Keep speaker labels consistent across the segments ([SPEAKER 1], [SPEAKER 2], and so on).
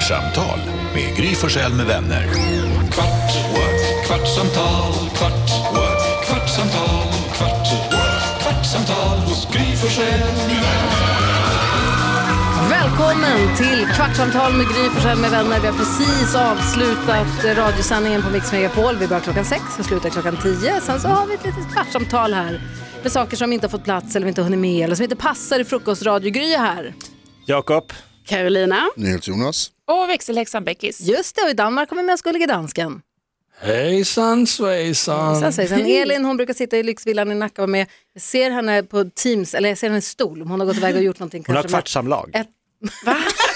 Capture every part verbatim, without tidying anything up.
[SPEAKER 1] Kvartsamtal med Gry Forssell med vänner. Kvart, what? Kvartsamtal, kvart, what? Kvartsamtal, kvart, what? Kvartsamtal hos Gry Forssell med vänner.
[SPEAKER 2] Välkommen till Kvartsamtal med Gry Forssell med vänner. Vi har precis avslutat radiosändningen på Mix Megapol. Vi börjar klockan sex och slutar klockan tio. Sen så har vi ett litet kvartsamtal här med saker som inte har fått plats eller inte hunnit med eller som inte passar i frukostradio. Gry här.
[SPEAKER 3] Jakob.
[SPEAKER 4] Carolina.
[SPEAKER 5] Jonas.
[SPEAKER 4] Och växelhäxan Beckis.
[SPEAKER 2] Just det, och i Danmark kommer med Skullige Dansken.
[SPEAKER 3] Hejsan svejsan.
[SPEAKER 2] Sen, sen Elin, hon brukar sitta i lyxvillan i Nacka och med. Jag ser henne på Teams, eller jag ser henne i stol. Hon har gått iväg och gjort någonting.
[SPEAKER 3] Hon har kvartsamlag.
[SPEAKER 2] Ett...
[SPEAKER 4] Va?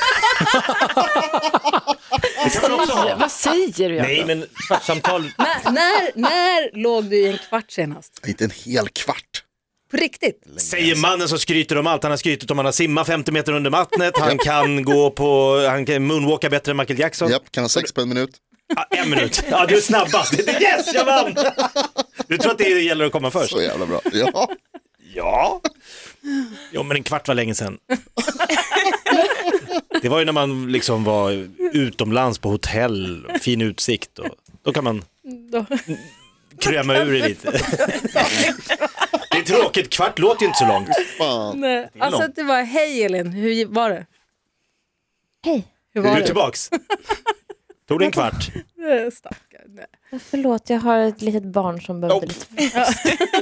[SPEAKER 4] Vad säger du?
[SPEAKER 3] Nej, men kvartsamtal.
[SPEAKER 2] när, när, när låg du i en kvart senast?
[SPEAKER 5] Inte en hel kvart.
[SPEAKER 2] På riktigt?
[SPEAKER 3] Säger mannen som skryter om allt. Han har skrytit om han har simmat femtio meter under vattnet. Han kan gå på, han kan moonwalka bättre än Michael Jackson.
[SPEAKER 5] Japp, kan ha sex på en minut.
[SPEAKER 3] Ah, en minut. Ja, du är snabbast. Yes, jag vann. Du tror att det gäller att komma först?
[SPEAKER 5] Så jävla bra. Ja.
[SPEAKER 3] Ja. Jo, men en kvart var länge sedan. Det var ju när man liksom var utomlands på hotell, fin utsikt och då kan man
[SPEAKER 2] Då.
[SPEAKER 3] kräma ur det lite. Det är tråkigt, kvart låter ju inte så långt.
[SPEAKER 5] Fan.
[SPEAKER 2] Nej, alltså det var, hej Elin, hur var det?
[SPEAKER 6] Hej.
[SPEAKER 2] Hur var
[SPEAKER 3] Är du
[SPEAKER 2] det?
[SPEAKER 3] tillbaks? Tog det en kvart?
[SPEAKER 2] Nej, stackar, nej.
[SPEAKER 6] Förlåt, jag har ett litet barn som behöver
[SPEAKER 3] Oh.
[SPEAKER 6] lite.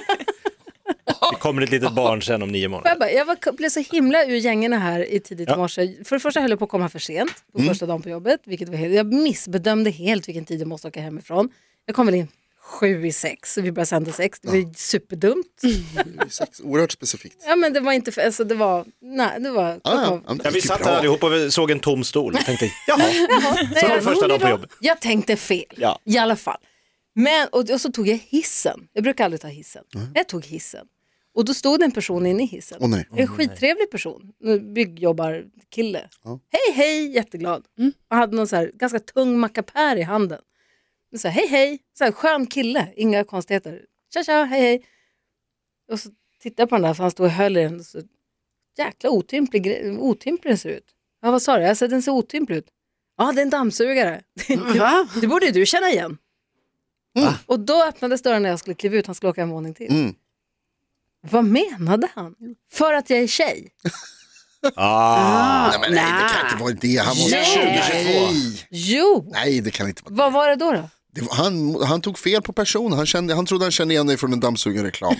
[SPEAKER 3] Det kommer ett litet barn sen om nio månader.
[SPEAKER 2] Jag, bara, jag var, blev så himla ur gängerna här i tidigt i
[SPEAKER 3] Ja.
[SPEAKER 2] morse. För det första höll jag på att komma för sent på
[SPEAKER 5] Mm.
[SPEAKER 2] första dagen på jobbet. Vilket var helt, jag missbedömde helt vilken tid jag måste åka hemifrån. Jag kom väl in sju i sex och vi började sända sex. Det var ju superdumt.
[SPEAKER 5] Sex, oerhört specifikt.
[SPEAKER 2] Ja, men det var inte för, alltså det var, nej det var.
[SPEAKER 5] Ah, ja. Ja,
[SPEAKER 3] Ja, vi satt här allihopa och såg en tom stol. Jag tänkte, jaha,
[SPEAKER 2] Nej,
[SPEAKER 3] så var det
[SPEAKER 2] jag-
[SPEAKER 3] första dagen på jobbet.
[SPEAKER 2] Jag tänkte fel,
[SPEAKER 3] Ja.
[SPEAKER 2] i alla fall. Men, och, och så tog jag hissen. Jag brukar aldrig ta hissen. Jag tog hissen. Och då stod det en person inne i hissen.
[SPEAKER 5] Åh, nej.
[SPEAKER 2] En skittrevlig person. En byggjobbarkille.
[SPEAKER 5] Ja.
[SPEAKER 2] Hej, hej, jätteglad. Mm. Och hade någon så här ganska tung mackapär i handen. Så här, hej, hej. Så här, skön kille, inga konstigheter. Tja, tja, hej, hej. Och så tittade jag på den där, för han stod och höll i den. Så, jäkla otymplig, gre- otymplig den ser ut. Ja, vad sa du? Alltså, den ser otymplig ut. Ja, det är en dammsugare.
[SPEAKER 4] Va?
[SPEAKER 2] Det borde du känna igen.
[SPEAKER 5] Mm.
[SPEAKER 2] Och då öppnades dörren när jag skulle kliva ut. Han skulle åka en våning till.
[SPEAKER 5] Mm.
[SPEAKER 2] Vad menade han? För att jag är tjej?
[SPEAKER 3] Ah.
[SPEAKER 5] Nej, men nej, det kan inte vara det. Han måste...
[SPEAKER 2] Nej.
[SPEAKER 5] Nej.
[SPEAKER 2] Jo!
[SPEAKER 5] Nej, det kan inte vara
[SPEAKER 2] Vad var det då då?
[SPEAKER 5] det. Var, han, han tog fel på person. Han, kände, han trodde han kände igen dig från en dammsugarreklam.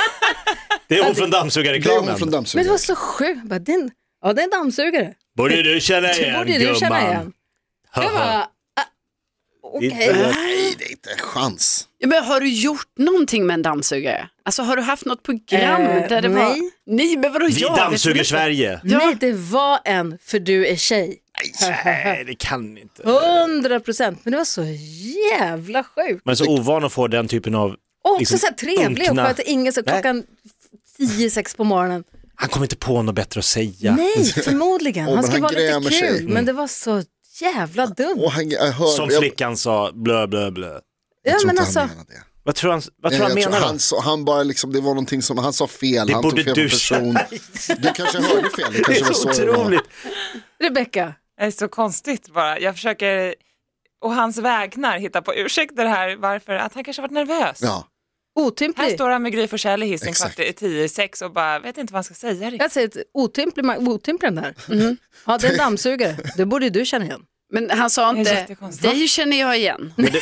[SPEAKER 3] Det är hon från
[SPEAKER 5] Det är
[SPEAKER 3] dammsugarreklamen.
[SPEAKER 5] hon från
[SPEAKER 2] Men det
[SPEAKER 5] dammsugare.
[SPEAKER 2] var så sjukt. Bara, det är en- Ja, det är en dammsugare.
[SPEAKER 3] Borde du känna
[SPEAKER 2] Det
[SPEAKER 3] igen,
[SPEAKER 2] borde du känna
[SPEAKER 3] gumman?
[SPEAKER 2] igen. Jag bara, ah, okej.
[SPEAKER 3] Inte-
[SPEAKER 5] Nej, det är inte en chans.
[SPEAKER 4] Ja, men har du gjort någonting med en dammsugare? Alltså har du haft något program
[SPEAKER 2] Eh,
[SPEAKER 4] där det var...
[SPEAKER 2] nej.
[SPEAKER 4] Nej, men vadå?
[SPEAKER 3] Vi
[SPEAKER 4] jag
[SPEAKER 3] dammsuger
[SPEAKER 4] vet inte.
[SPEAKER 3] Sverige.
[SPEAKER 2] Nej, det var en för du är tjej.
[SPEAKER 3] Nej, det kan inte.
[SPEAKER 2] Hundra procent. Men det var så jävla sjukt.
[SPEAKER 3] Men så ovan att få den typen av...
[SPEAKER 2] Och också
[SPEAKER 3] liksom
[SPEAKER 2] så här trevlig och
[SPEAKER 3] unkna-
[SPEAKER 2] sköter ingen så
[SPEAKER 3] Nej.
[SPEAKER 2] klockan tio, sex på morgonen.
[SPEAKER 3] Han kommer inte på något bättre att säga.
[SPEAKER 2] Nej, förmodligen.
[SPEAKER 5] Åh,
[SPEAKER 2] Han
[SPEAKER 5] men
[SPEAKER 2] ska
[SPEAKER 5] han
[SPEAKER 2] vara lite
[SPEAKER 5] grämer
[SPEAKER 2] kul.
[SPEAKER 5] sig.
[SPEAKER 2] Men det var så jävla dumt.
[SPEAKER 5] Och han, jag hör,
[SPEAKER 3] Som
[SPEAKER 5] jag,
[SPEAKER 3] flickan sa, blö, blö, blö.
[SPEAKER 5] jag
[SPEAKER 2] Ja,
[SPEAKER 5] tror
[SPEAKER 2] men
[SPEAKER 5] inte
[SPEAKER 2] alltså,
[SPEAKER 5] han menade det.
[SPEAKER 3] Vad tror han, vad tror
[SPEAKER 5] Nej,
[SPEAKER 3] han
[SPEAKER 5] jag
[SPEAKER 3] menar
[SPEAKER 5] tror
[SPEAKER 3] då?
[SPEAKER 5] han, sa, han bara liksom, det var någonting som, han sa fel,
[SPEAKER 3] Det
[SPEAKER 5] han
[SPEAKER 3] borde
[SPEAKER 5] tog fel
[SPEAKER 3] du
[SPEAKER 5] på person. Du kanske hörde fel, det
[SPEAKER 3] Det
[SPEAKER 5] kanske
[SPEAKER 3] är
[SPEAKER 5] var
[SPEAKER 3] så
[SPEAKER 5] så det var.
[SPEAKER 3] otroligt.
[SPEAKER 2] Rebecka.
[SPEAKER 7] Det är så konstigt bara. Jag försöker, och hans vägnar, hitta på ursäkter här varför, att han kanske varit nervös.
[SPEAKER 5] Ja,
[SPEAKER 7] Här
[SPEAKER 2] Otymplig.
[SPEAKER 7] står han med Gry Forssell i hissen
[SPEAKER 5] Exakt.
[SPEAKER 7] kvart i tio, sex och bara vet inte vad han ska säga riktigt.
[SPEAKER 2] Jag säger ett otymplig, otymplig den där. Ja, det är en dammsugare. Det borde du känna igen.
[SPEAKER 4] Men han sa
[SPEAKER 7] Det är
[SPEAKER 4] inte,
[SPEAKER 7] jättekonstigt.
[SPEAKER 4] dig känner jag igen.
[SPEAKER 3] Men det,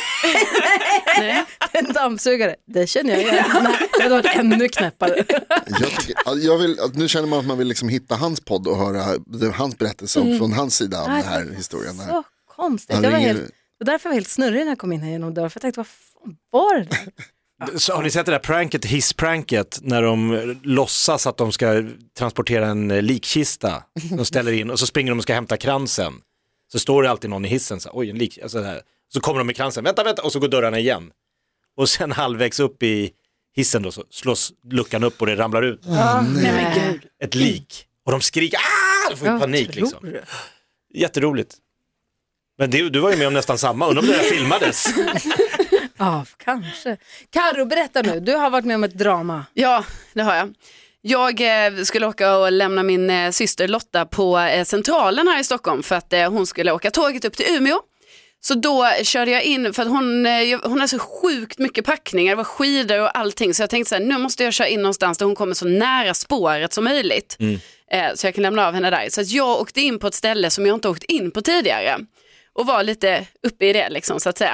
[SPEAKER 4] Nej.
[SPEAKER 2] En dammsugare. Det känner jag igen. Nej, det hade varit ännu knäppare.
[SPEAKER 5] jag tycker, jag vill, nu känner man att man vill liksom hitta hans podd och höra det- hans berättelse om från hans sida av den här historien. Här.
[SPEAKER 2] Så konstigt.
[SPEAKER 5] Han
[SPEAKER 2] Jag var
[SPEAKER 5] ringer-
[SPEAKER 2] helt, och därför var jag helt snurrig när jag kom in här genom dörren. För jag tänkte, vad fan var det där?
[SPEAKER 3] så har ni sett det där pranket, hisspranket, när de låtsas att de ska transportera en eh, likkista. De ställer in och så springer de och ska hämta kransen. Så står det alltid någon i hissen, så, oj en lik, alltså, här. Så kommer de med kransen, vänta, vänta, och så går dörrarna igen. Och sen halvvägs upp i hissen då så slås luckan upp och det ramlar ut
[SPEAKER 4] Nej, men gud.
[SPEAKER 3] ett lik. Och de skriker, ah! De får ju
[SPEAKER 2] Jag
[SPEAKER 3] panik
[SPEAKER 2] tror
[SPEAKER 3] liksom.
[SPEAKER 2] det.
[SPEAKER 3] Jätteroligt. Men det, du var ju med om nästan samma, undrar om det där filmades.
[SPEAKER 2] Ja, kanske. Karo, berätta nu. Du har varit med om ett drama.
[SPEAKER 4] Ja, det har jag. Jag eh, skulle åka och lämna min eh, syster Lotta på eh, Centralen här i Stockholm för att eh, hon skulle åka tåget upp till Umeå. Så då körde jag in, för att hon, eh, hon har så sjukt mycket packningar, det var skidor och allting. Så jag tänkte så här, nu måste jag köra in någonstans där hon kommer så nära spåret som möjligt. Mm. Eh, så jag kan lämna av henne där. Så att jag åkte in på ett ställe som jag inte åkt in på tidigare. Och var lite uppe i det liksom så att säga.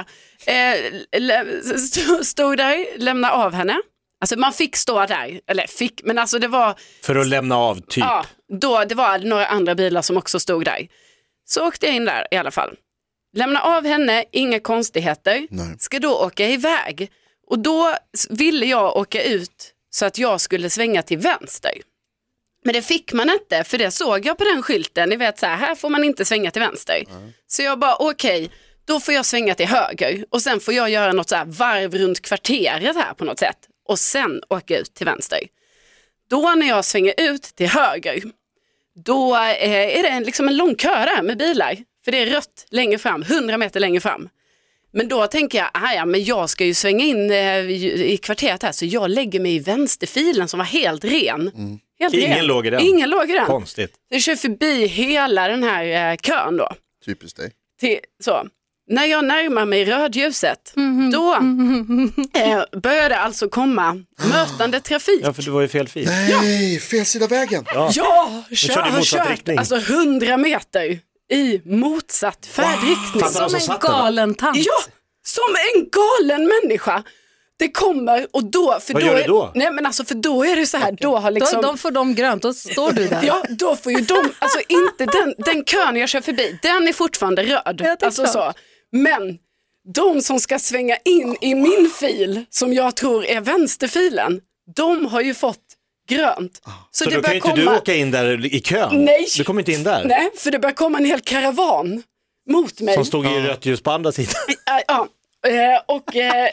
[SPEAKER 4] Eh, stod där, lämna av henne. Alltså man fick stå där, eller fick, men alltså det var...
[SPEAKER 3] För att lämna av typ?
[SPEAKER 4] Ja, då, det var några andra bilar som också stod där. Så åkte jag in där i alla fall. Lämna av henne, inga konstigheter. Nej. Ska då åka iväg. Och då ville jag åka ut så att jag skulle svänga till vänster. Men det fick man inte, för det såg jag på den skylten. Ni vet så här, här får man inte svänga till vänster. Mm. Så jag bara, okej, okay, då får jag svänga till höger. Och sen får jag göra något så här varv runt kvarteret här på något sätt. Och sen åka ut till vänster. Då när jag svänger ut till höger, då är det liksom en lång kö där med bilar. För det är rött längre fram, hundra meter längre fram. Men då tänker jag, ja, men jag ska ju svänga in i kvarteret här. Så jag lägger mig i vänsterfilen som var helt ren. Mm. Helt
[SPEAKER 3] Ingen
[SPEAKER 4] ren.
[SPEAKER 3] låg i den.
[SPEAKER 4] Ingen låg i den.
[SPEAKER 3] Konstigt.
[SPEAKER 4] Så jag kör förbi hela den här kön då.
[SPEAKER 5] Typiskt dig.
[SPEAKER 4] Till, så. När jag närmar mig rödljuset, mm-hmm. då eh, började alltså komma mötande trafik.
[SPEAKER 3] Ja, för du var ju fel fil.
[SPEAKER 5] Nej, fel sida vägen.
[SPEAKER 4] Ja, ja kör, har kört
[SPEAKER 3] riktning.
[SPEAKER 4] alltså hundra meter i motsatt färdriktning.
[SPEAKER 2] Wow. Som en galen tant.
[SPEAKER 4] Ja, som en galen människa. Det kommer och då... För
[SPEAKER 3] Vad
[SPEAKER 4] då
[SPEAKER 3] gör
[SPEAKER 4] är,
[SPEAKER 3] du då?
[SPEAKER 4] Nej men alltså för då är det så här, då har liksom...
[SPEAKER 2] Då, de får de grönt, då står du där.
[SPEAKER 4] Ja, då får ju de, alltså inte den, den kön jag kör förbi, den är fortfarande röd.
[SPEAKER 2] Ja,
[SPEAKER 4] alltså så. Men de som ska svänga in i min fil, som jag tror är vänsterfilen, de har ju fått grönt.
[SPEAKER 3] Så, så det då kan inte komma... du åka in där i kön?
[SPEAKER 4] Nej.
[SPEAKER 3] Du kommer inte in där?
[SPEAKER 4] Nej, för det börjar komma en hel karavan mot mig.
[SPEAKER 3] Som stod i rött ljus på andra sidan?
[SPEAKER 4] Ja, ja. Eh, och eh,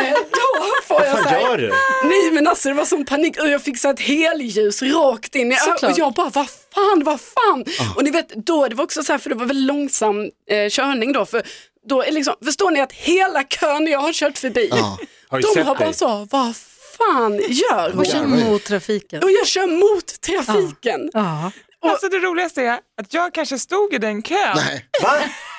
[SPEAKER 4] då får jag
[SPEAKER 3] så här, gör du?
[SPEAKER 4] Nej men alltså det var sån panik och jag fick så ett helljus rakt in i ö- och jag bara, vad fan, vad fan oh. Och ni vet, då det var också så här, för det var väl långsam eh, körning då, för då är liksom, förstår ni att hela kön jag har kört förbi
[SPEAKER 5] oh.
[SPEAKER 3] har
[SPEAKER 4] de har bara så, vad fan gör hon?
[SPEAKER 2] Och kör mot trafiken.
[SPEAKER 4] Och jag kör mot trafiken.
[SPEAKER 2] Ja. Ja.
[SPEAKER 7] Och, alltså det roligaste är att jag kanske stod i den kön.
[SPEAKER 5] Nej.
[SPEAKER 3] Va?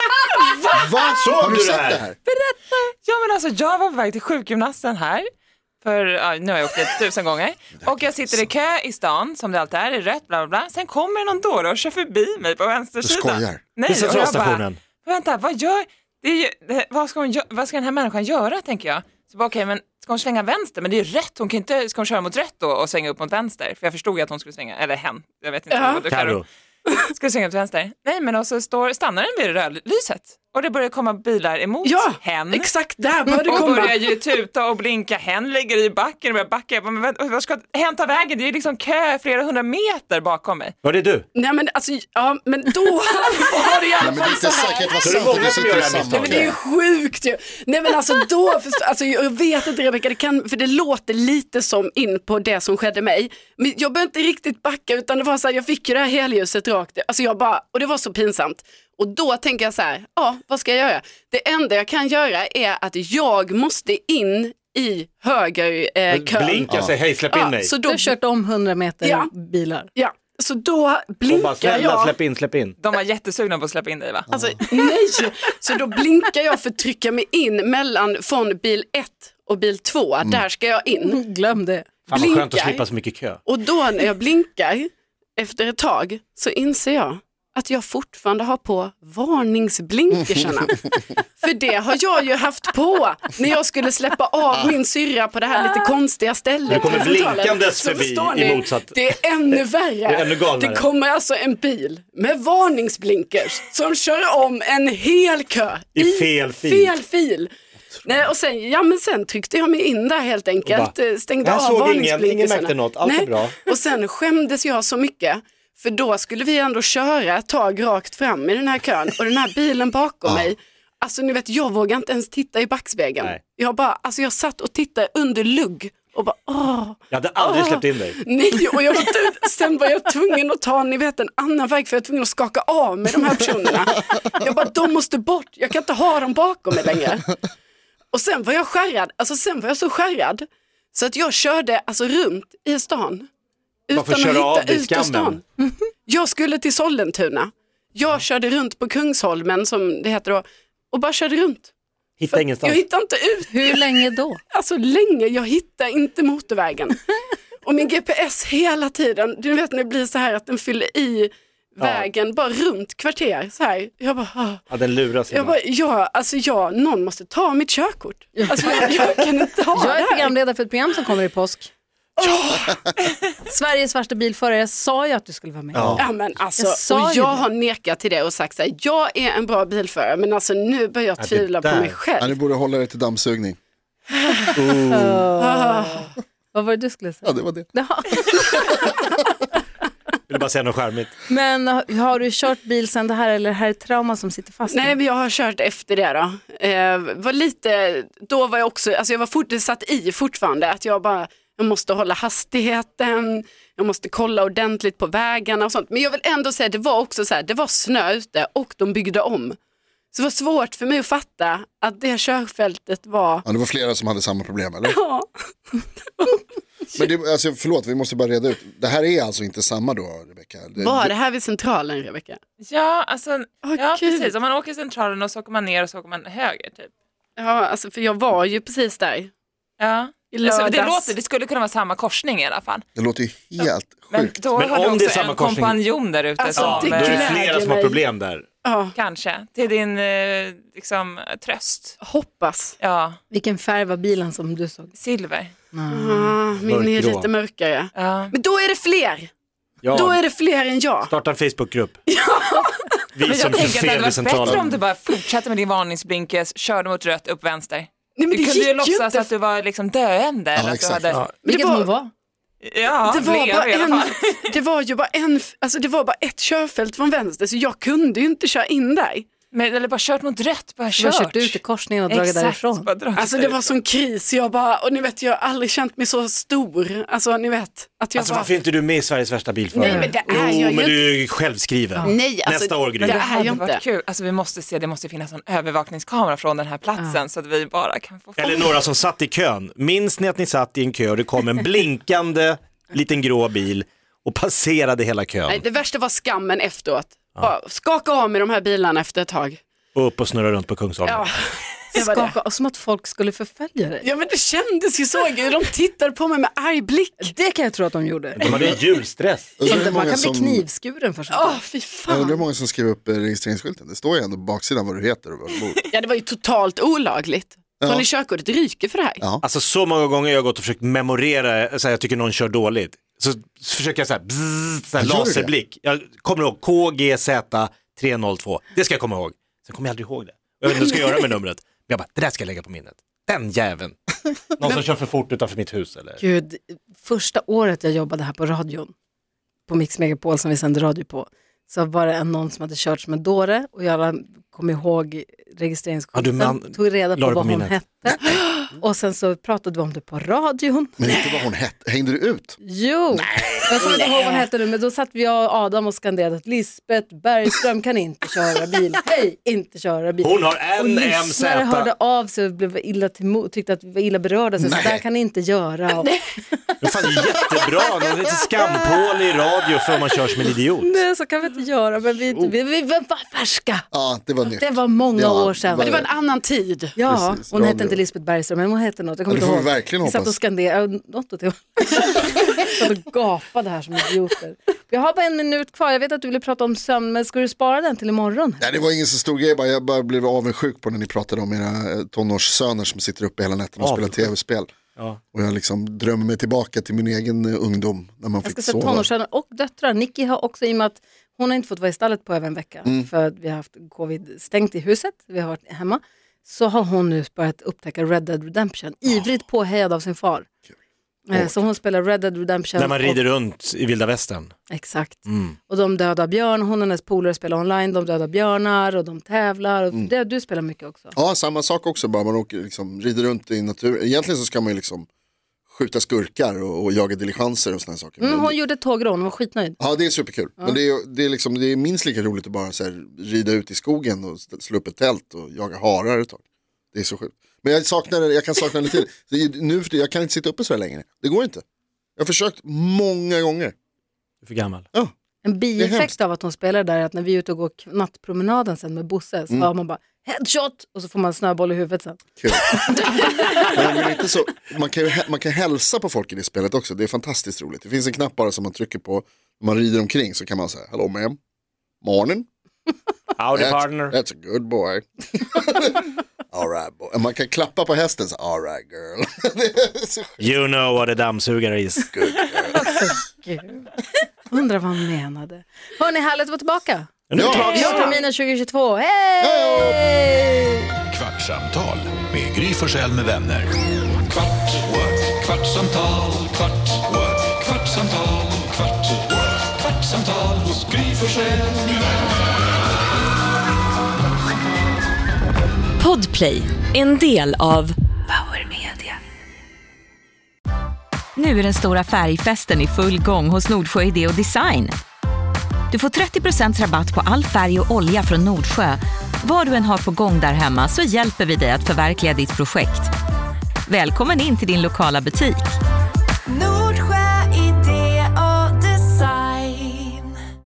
[SPEAKER 5] Va? Va?
[SPEAKER 3] Såg
[SPEAKER 5] har du
[SPEAKER 3] du
[SPEAKER 5] sett
[SPEAKER 3] det här?
[SPEAKER 5] det här?
[SPEAKER 7] Berätta. Ja men alltså jag var på väg till sjukgymnasten här. För ja, nu har jag åkt dit tusen gånger. Och jag sitter i kö i stan som det alltid är, i rött bla bla bla. Sen kommer det någon dåre och kör förbi mig på vänster sida.
[SPEAKER 5] Du skojar.
[SPEAKER 7] Nej,
[SPEAKER 3] det är centralstationen.
[SPEAKER 7] Vänta, vad gör... Det är ju, det, vad, ska hon, vad ska den här människan göra tänker jag? Så bara okej okay, men ska hon svänga vänster? Men det är ju rätt, hon kan inte, ska hon köra mot rätt då och svänga upp mot vänster? För jag förstod ju att hon skulle svänga, eller hen, jag vet inte.
[SPEAKER 4] Ja.
[SPEAKER 7] Vad du Karo. Ska svänga till vänster? Nej men och så står, stannar den vid rödlyset. Och det börjar komma bilar emot
[SPEAKER 4] ja,
[SPEAKER 7] hen.
[SPEAKER 4] Exakt, där börjar det
[SPEAKER 7] och
[SPEAKER 4] komma.
[SPEAKER 7] Och börjar ju tuta och blinka. Hen ligger i backen och börjar backa. Men vänta, vad ska hen ta vägen? Det är liksom kö flera hundra meter bakom mig.
[SPEAKER 3] Var det du?
[SPEAKER 4] Nej men alltså, ja men då var det i alla
[SPEAKER 5] Nej, men det är
[SPEAKER 4] fall så
[SPEAKER 5] inte
[SPEAKER 4] här.
[SPEAKER 5] säkert vad
[SPEAKER 3] Så det är
[SPEAKER 5] sant att
[SPEAKER 3] många
[SPEAKER 5] du
[SPEAKER 3] som
[SPEAKER 5] sitter
[SPEAKER 3] gör
[SPEAKER 5] i
[SPEAKER 3] det här
[SPEAKER 5] samma
[SPEAKER 3] misstaget.
[SPEAKER 4] Men det är ju sjukt ju. Nej men alltså då, förstå, alltså jag vet inte Rebecka, det kan, för det låter lite som in på det som skedde mig. Men jag behöver inte riktigt backa utan det var så här, jag fick ju det här helljuset rakt. Alltså jag bara, och det var så pinsamt. Och då tänker jag så här, ja vad ska jag göra? Det enda jag kan göra är att jag måste in i höger eh, kön.
[SPEAKER 3] Blinka och säga hej, släpp in
[SPEAKER 4] Ja,
[SPEAKER 3] mig.
[SPEAKER 4] så
[SPEAKER 2] Du
[SPEAKER 4] då,
[SPEAKER 2] har kört om hundra meter
[SPEAKER 4] Ja.
[SPEAKER 2] bilar.
[SPEAKER 4] ja, så då
[SPEAKER 3] Och
[SPEAKER 4] blinkar
[SPEAKER 3] bara snälla,
[SPEAKER 4] jag.
[SPEAKER 3] släpp in, släpp in.
[SPEAKER 7] De var jättesugna på att släppa in dig va?
[SPEAKER 4] Alltså nej, så då blinkar jag för att trycka mig in mellan från bil ett och bil två.
[SPEAKER 3] Mm.
[SPEAKER 4] Där ska jag in.
[SPEAKER 2] Glöm det.
[SPEAKER 3] Fan vad skönt att
[SPEAKER 4] Blinkar.
[SPEAKER 3] slippa så mycket kö.
[SPEAKER 4] Och då när jag blinkar efter ett tag så inser jag att jag fortfarande har på varningsblinkersarna. För det har jag ju haft på när jag skulle släppa av min syrra på det här lite konstiga stället.
[SPEAKER 3] Du kommer
[SPEAKER 4] på Centralen.
[SPEAKER 3] blinkandes
[SPEAKER 4] Så
[SPEAKER 3] förbi
[SPEAKER 4] förstår
[SPEAKER 3] i
[SPEAKER 4] ni,
[SPEAKER 3] motsatt-
[SPEAKER 4] det är ännu värre.
[SPEAKER 3] Det är ännu galnare.
[SPEAKER 4] Det kommer alltså en bil med varningsblinkers som kör om en hel kö.
[SPEAKER 3] I fel fil.
[SPEAKER 4] Fel fil. Nej, och sen, ja, men sen tryckte jag mig in där helt enkelt.
[SPEAKER 3] bara,
[SPEAKER 4] Stängde
[SPEAKER 3] jag
[SPEAKER 4] av
[SPEAKER 3] såg ingen,
[SPEAKER 4] varningsblinkersarna.
[SPEAKER 3] ingen märkte något, allt är
[SPEAKER 4] Nej.
[SPEAKER 3] bra.
[SPEAKER 4] Och sen skämdes jag så mycket. För då skulle vi ändå köra ett tag rakt fram i den här kön. Och den här bilen bakom mig. Alltså ni vet, jag vågar inte ens titta i backspegeln.
[SPEAKER 3] Nej.
[SPEAKER 4] Jag bara, alltså jag satt och tittade under lugg. Och bara, åh.
[SPEAKER 3] Jag hade aldrig
[SPEAKER 4] åh.
[SPEAKER 3] släppt in dig.
[SPEAKER 4] Nej, och jag var typ, sen var jag tvungen att ta ni vet, en annan väg för jag var tvungen att skaka av med de här personerna. Jag bara, de måste bort. Jag kan inte ha dem bakom mig längre. Och sen var jag skärrad, alltså sen var jag så skärrad så att jag körde alltså runt i stan
[SPEAKER 3] Varför
[SPEAKER 4] utan
[SPEAKER 3] köra av
[SPEAKER 4] att hitta
[SPEAKER 3] dig
[SPEAKER 4] ut ur
[SPEAKER 3] skammen?
[SPEAKER 4] stan. Jag skulle till Sollentuna. Jag körde runt på Kungsholmen som det heter då och bara körde runt.
[SPEAKER 3] Hitta ingenstans.
[SPEAKER 4] Jag hittade inte ut.
[SPEAKER 2] Hur länge då?
[SPEAKER 4] Alltså länge, jag hittade inte motorvägen. Och min G P S hela tiden, du vet när det blir så här att den fyller i vägen bara runt kvarter så här. Jag bara, ah.
[SPEAKER 3] Ja, den luras.
[SPEAKER 4] jag bara ja, alltså jag, någon måste ta mitt körkort. Alltså jag, jag kan inte ha
[SPEAKER 2] Jag är
[SPEAKER 4] det här.
[SPEAKER 2] programledare för ett program som kommer i påsk. Sveriges värsta bilförare, jag sa ju att du skulle vara med.
[SPEAKER 3] Ja.
[SPEAKER 4] Ja men alltså,
[SPEAKER 2] Jag sa
[SPEAKER 4] och
[SPEAKER 2] ju
[SPEAKER 4] jag
[SPEAKER 2] det.
[SPEAKER 4] har nekat till det och sagt så här, jag är en bra bilförare men alltså nu börjar jag
[SPEAKER 3] det
[SPEAKER 4] tvivla på
[SPEAKER 3] där.
[SPEAKER 4] mig själv.
[SPEAKER 5] Ja, du borde hålla dig till dammsugning.
[SPEAKER 2] Vad var det du skulle säga?
[SPEAKER 5] Ja, det var det.
[SPEAKER 2] Ja.
[SPEAKER 3] Jag vill bara säga något charmigt.
[SPEAKER 2] Men har du kört bil sen det här eller är det här ett trauma som sitter fast?
[SPEAKER 4] Nej men jag har kört efter det då. Eh, var lite, då var jag också, alltså jag var fort, satt i fortfarande att jag bara, jag måste hålla hastigheten, jag måste kolla ordentligt på vägarna och sånt. Men jag vill ändå säga, det var också så här, det var snö ute och de byggde om. Så det var svårt för mig att fatta att det körfältet var...
[SPEAKER 5] Ja, det var flera som hade samma problem, eller?
[SPEAKER 4] Ja.
[SPEAKER 5] Men det, alltså, förlåt, vi måste bara reda ut. Det här är alltså inte samma då, Rebecka? Det,
[SPEAKER 4] Var det här vid Centralen, Rebecka?
[SPEAKER 7] Ja, alltså,
[SPEAKER 4] Åh,
[SPEAKER 7] ja
[SPEAKER 4] Gud.
[SPEAKER 7] precis. Om man åker Centralen och så åker man ner och så åker man höger typ.
[SPEAKER 4] Ja, alltså för jag var ju precis där.
[SPEAKER 7] Ja.
[SPEAKER 4] I
[SPEAKER 7] Alltså, det,
[SPEAKER 4] lördags.
[SPEAKER 7] låter, det skulle kunna vara samma korsning i alla fall.
[SPEAKER 5] det låter ju helt
[SPEAKER 7] Men
[SPEAKER 5] sjukt.
[SPEAKER 7] då
[SPEAKER 3] Men
[SPEAKER 7] har du
[SPEAKER 3] om det är
[SPEAKER 7] också
[SPEAKER 3] samma
[SPEAKER 7] en
[SPEAKER 3] korsning-
[SPEAKER 7] kompanjon där ute
[SPEAKER 4] Alltså,
[SPEAKER 7] som
[SPEAKER 3] Ja,
[SPEAKER 4] det
[SPEAKER 3] då är det
[SPEAKER 7] eh,
[SPEAKER 4] gläder
[SPEAKER 3] flera som har
[SPEAKER 4] mig.
[SPEAKER 3] problem där.
[SPEAKER 4] Ja,
[SPEAKER 7] kanske till din eh, liksom, tröst.
[SPEAKER 4] hoppas.
[SPEAKER 7] Ja,
[SPEAKER 2] Vilken färg var bilen som du såg?
[SPEAKER 7] silver.
[SPEAKER 4] Ah, min är
[SPEAKER 3] Mörkgrå.
[SPEAKER 4] lite mörkare.
[SPEAKER 7] Ja.
[SPEAKER 4] Men då är det fler.
[SPEAKER 3] Ja,
[SPEAKER 4] Då är det fler än jag.
[SPEAKER 3] starta en Facebookgrupp. Vi
[SPEAKER 7] Men
[SPEAKER 3] som
[SPEAKER 7] jag
[SPEAKER 3] kör
[SPEAKER 7] tänker att det
[SPEAKER 3] fel
[SPEAKER 7] hade
[SPEAKER 3] vid
[SPEAKER 7] varit bättre
[SPEAKER 3] Centralen.
[SPEAKER 7] om du bara fortsatte med din varningsblinkers, körde mot rött, upp vänster.
[SPEAKER 4] Nej, men
[SPEAKER 7] Du
[SPEAKER 4] det
[SPEAKER 7] kunde ju
[SPEAKER 4] gick
[SPEAKER 7] låtsas
[SPEAKER 4] inte.
[SPEAKER 7] att du var liksom döende. eller att du
[SPEAKER 5] exakt.
[SPEAKER 7] hade...
[SPEAKER 3] Ja.
[SPEAKER 2] Vilket
[SPEAKER 4] var-
[SPEAKER 2] hon var.
[SPEAKER 7] Ja,
[SPEAKER 4] Det var,
[SPEAKER 7] blev
[SPEAKER 4] bara
[SPEAKER 7] i alla
[SPEAKER 4] en,
[SPEAKER 7] fall.
[SPEAKER 4] det var ju bara en, alltså det var bara ett körfält från vänster så jag kunde ju inte köra in där.
[SPEAKER 7] Men, eller bara kört mot rött, bara
[SPEAKER 2] Du har
[SPEAKER 7] kört.
[SPEAKER 2] kört ut i korsningen och dragit
[SPEAKER 7] Exakt,
[SPEAKER 2] därifrån.
[SPEAKER 7] bara dragit
[SPEAKER 4] Alltså det
[SPEAKER 7] därifrån.
[SPEAKER 4] var sån kris, jag bara, och ni vet jag har aldrig känt mig så stor. Alltså ni vet, att jag
[SPEAKER 3] Alltså
[SPEAKER 4] bara,
[SPEAKER 3] varför är inte du med i Sveriges värsta bilförare?
[SPEAKER 4] Nej, men det är
[SPEAKER 3] Jo,
[SPEAKER 4] jag ju
[SPEAKER 3] men
[SPEAKER 4] inte.
[SPEAKER 3] du är ju självskriven.
[SPEAKER 4] Nej, alltså,
[SPEAKER 3] Nästa år, Gry.
[SPEAKER 4] det
[SPEAKER 7] Det
[SPEAKER 4] är
[SPEAKER 7] hade
[SPEAKER 4] jag
[SPEAKER 7] varit
[SPEAKER 4] inte.
[SPEAKER 7] kul. Alltså vi måste se, det måste finnas en övervakningskamera från den här platsen så att vi bara kan få
[SPEAKER 3] Eller några som satt i kön. Minns ni att ni satt i en kö och det kom en blinkande liten grå bil och passerade hela kön?
[SPEAKER 4] Nej, det värsta var skammen efteråt. Bara skaka av med de här bilarna efter ett tag.
[SPEAKER 3] Och upp och snurra runt på Kungsholmen.
[SPEAKER 4] Ja, det var det.
[SPEAKER 2] Skaka, och som att folk skulle förfölja dig.
[SPEAKER 4] Ja men det kändes ju så, Gud. De tittade på mig med arg blick.
[SPEAKER 2] Det kan jag tro att de gjorde.
[SPEAKER 3] De hade julstress.
[SPEAKER 5] Undrar hur
[SPEAKER 2] Man
[SPEAKER 5] många
[SPEAKER 2] kan bli
[SPEAKER 5] som,
[SPEAKER 2] knivskuren för sånt.
[SPEAKER 4] Åh fy
[SPEAKER 5] jag undrar hur
[SPEAKER 4] fan.
[SPEAKER 5] många som skriver upp eh, registreringsskylten. Det står ju ändå på baksidan vad du heter och var du bor.
[SPEAKER 4] Ja det var ju totalt olagligt.
[SPEAKER 5] Ja.
[SPEAKER 4] Tar ni körkortet ryker för det här?
[SPEAKER 5] Ja.
[SPEAKER 3] Alltså så många gånger jag har gått och försökt memorera, så här, jag tycker någon kör dåligt. Så försöker jag så här, bzzz, så här
[SPEAKER 5] Gör du det?
[SPEAKER 3] laserblick. Jag kommer ihåg K G Z tre noll två. Det ska jag komma ihåg. Sen kommer jag aldrig ihåg det. Jag vet inte vad jag ska göra med numret. Men jag bara, det där ska jag lägga på minnet. Den jäveln. Någon som kör för fort utanför mitt hus eller?
[SPEAKER 2] Gud, första året jag jobbade här på radion, på Mix Megapol som vi sände radio på, så var det en någon som hade kört som en dåre och jag kom ihåg registreringsskylten,
[SPEAKER 3] Ja, du man-
[SPEAKER 2] tog reda
[SPEAKER 3] la
[SPEAKER 2] på
[SPEAKER 3] det på
[SPEAKER 2] vad hon
[SPEAKER 3] minnet.
[SPEAKER 2] hette och sen så pratade vi om det på radion.
[SPEAKER 5] Men inte vad hon hette. Hängde du ut?
[SPEAKER 2] Jo, jag kommer inte ihåg vad hon hette nu, men då satt vi och Adam och skanderade att Lisbeth Bergström kan inte köra bil. Hej, inte köra bil.
[SPEAKER 3] Hon har
[SPEAKER 2] Och
[SPEAKER 3] en M
[SPEAKER 2] lyssnare
[SPEAKER 3] Z.
[SPEAKER 2] hörde av sig och blev illa till mo- tyckte att vi var illa berörda. Så, så
[SPEAKER 5] Nej.
[SPEAKER 2] där kan ni inte göra. Och,
[SPEAKER 3] Men fan, det är jättebra. Någon lite skampål i radio för man kör som en idiot.
[SPEAKER 2] nej, så kan vi inte göra. Men vi, vi, vi var färska.
[SPEAKER 5] Ja, det var nytt.
[SPEAKER 2] Det var många
[SPEAKER 5] Ja,
[SPEAKER 2] år sedan.
[SPEAKER 5] var
[SPEAKER 4] Det var en annan tid.
[SPEAKER 2] Ja,
[SPEAKER 5] Precis,
[SPEAKER 2] hon
[SPEAKER 5] radio.
[SPEAKER 2] hette inte Lisbeth Bergström, men hon hette något. Jag kommer
[SPEAKER 5] Ja, det
[SPEAKER 2] inte
[SPEAKER 5] får vi
[SPEAKER 2] ihåg.
[SPEAKER 5] verkligen
[SPEAKER 2] Vi satt
[SPEAKER 5] hoppas.
[SPEAKER 2] och skanderade, något åt det. Satt och gapade här som idioter. Vi har bara en minut kvar. Jag vet att du ville prata om sömn, men ska du spara den till imorgon?
[SPEAKER 5] Nej, det var ingen så stor grej, bara, jag bara blev avundsjuk på när ni pratade om era eh, tonårssöner som sitter uppe hela nätterna och spelar
[SPEAKER 3] Avundsjuk.
[SPEAKER 5] tv-spel.
[SPEAKER 3] Ja.
[SPEAKER 5] Och jag liksom drömmer mig tillbaka till min egen eh, ungdom när man
[SPEAKER 2] Jag ska
[SPEAKER 5] fick
[SPEAKER 2] säga
[SPEAKER 5] sova.
[SPEAKER 2] tonårssöner och döttrar. Nicky har också, i och med att hon har inte fått vara i stallet på över en vecka
[SPEAKER 5] Mm.
[SPEAKER 2] för att vi har haft covid stängt i huset, vi har varit hemma, så har hon nu börjat upptäcka Red Dead Redemption, ivrigt påhejad av sin far. Eh, Så hon spelar Red Dead Redemption.
[SPEAKER 3] När man rider
[SPEAKER 2] och,
[SPEAKER 3] runt i vilda västern.
[SPEAKER 2] exakt.
[SPEAKER 3] Mm.
[SPEAKER 2] Och de dödar björn, hon och hennes polare spelar online, de dödar björnar och de tävlar. Och
[SPEAKER 5] Mm.
[SPEAKER 2] det, du spelar mycket också.
[SPEAKER 5] Ja, samma sak också, bara man åker, liksom, rider runt i naturen. Egentligen så ska man ju liksom skjuta skurkar och, och jaga diligenser och sådana saker.
[SPEAKER 2] Mm,
[SPEAKER 5] Men-
[SPEAKER 2] hon gjorde tågrån, hon var skitnöjd.
[SPEAKER 5] Ja, det är superkul. Men det är, det, är liksom, det är minst lika roligt att bara så här, rida ut i skogen och st- slå upp ett tält och jaga harar ett tag. Det är så sjukt. Men jag, saknar, jag kan sakna lite till. Så nu, för jag kan inte sitta uppe så här längre. Det går inte. Jag har försökt många gånger.
[SPEAKER 3] Du är för gammal.
[SPEAKER 5] Ja.
[SPEAKER 2] En bieffekt av att hon spelar där är att när vi är ute och går nattpromenaden sen med Bosse så mm. har man bara headshot och så får man snöboll i huvudet sen.
[SPEAKER 5] Kul. Men det är inte så, man, kan ju, man kan hälsa på folk i det spelet också. Det är fantastiskt roligt. Det finns en knapp bara som man trycker på. När man rider omkring så kan man säga hello ma'am, morning.
[SPEAKER 3] Howdy
[SPEAKER 5] that's,
[SPEAKER 3] partner.
[SPEAKER 5] That's a good boy. All right boy. Man kan klappa på hästen så all right girl.
[SPEAKER 3] You know what a dammsugare is.
[SPEAKER 5] Good girl.
[SPEAKER 2] Undrar vad han menade. Hörrni, härligt att vara tillbaka.
[SPEAKER 5] Ja.
[SPEAKER 2] Vårterminen tjugo tjugotvå. Hej!
[SPEAKER 1] Kvartsamtal med Gry Forssell med vänner. Kvart, what? Kvartsamtal, kvart, what? Kvartsamtal, kvart, what? Kvartsamtal hos Gry Forssell med vänner.
[SPEAKER 8] Podplay, en del av Power Media. Nu är den stora färgfesten i full gång hos Nordsjö Idé och Design. Du får trettio procent rabatt på all färg och olja från Nordsjö. Vad du än har på gång där hemma så hjälper vi dig att förverkliga ditt projekt. Välkommen in till din lokala butik.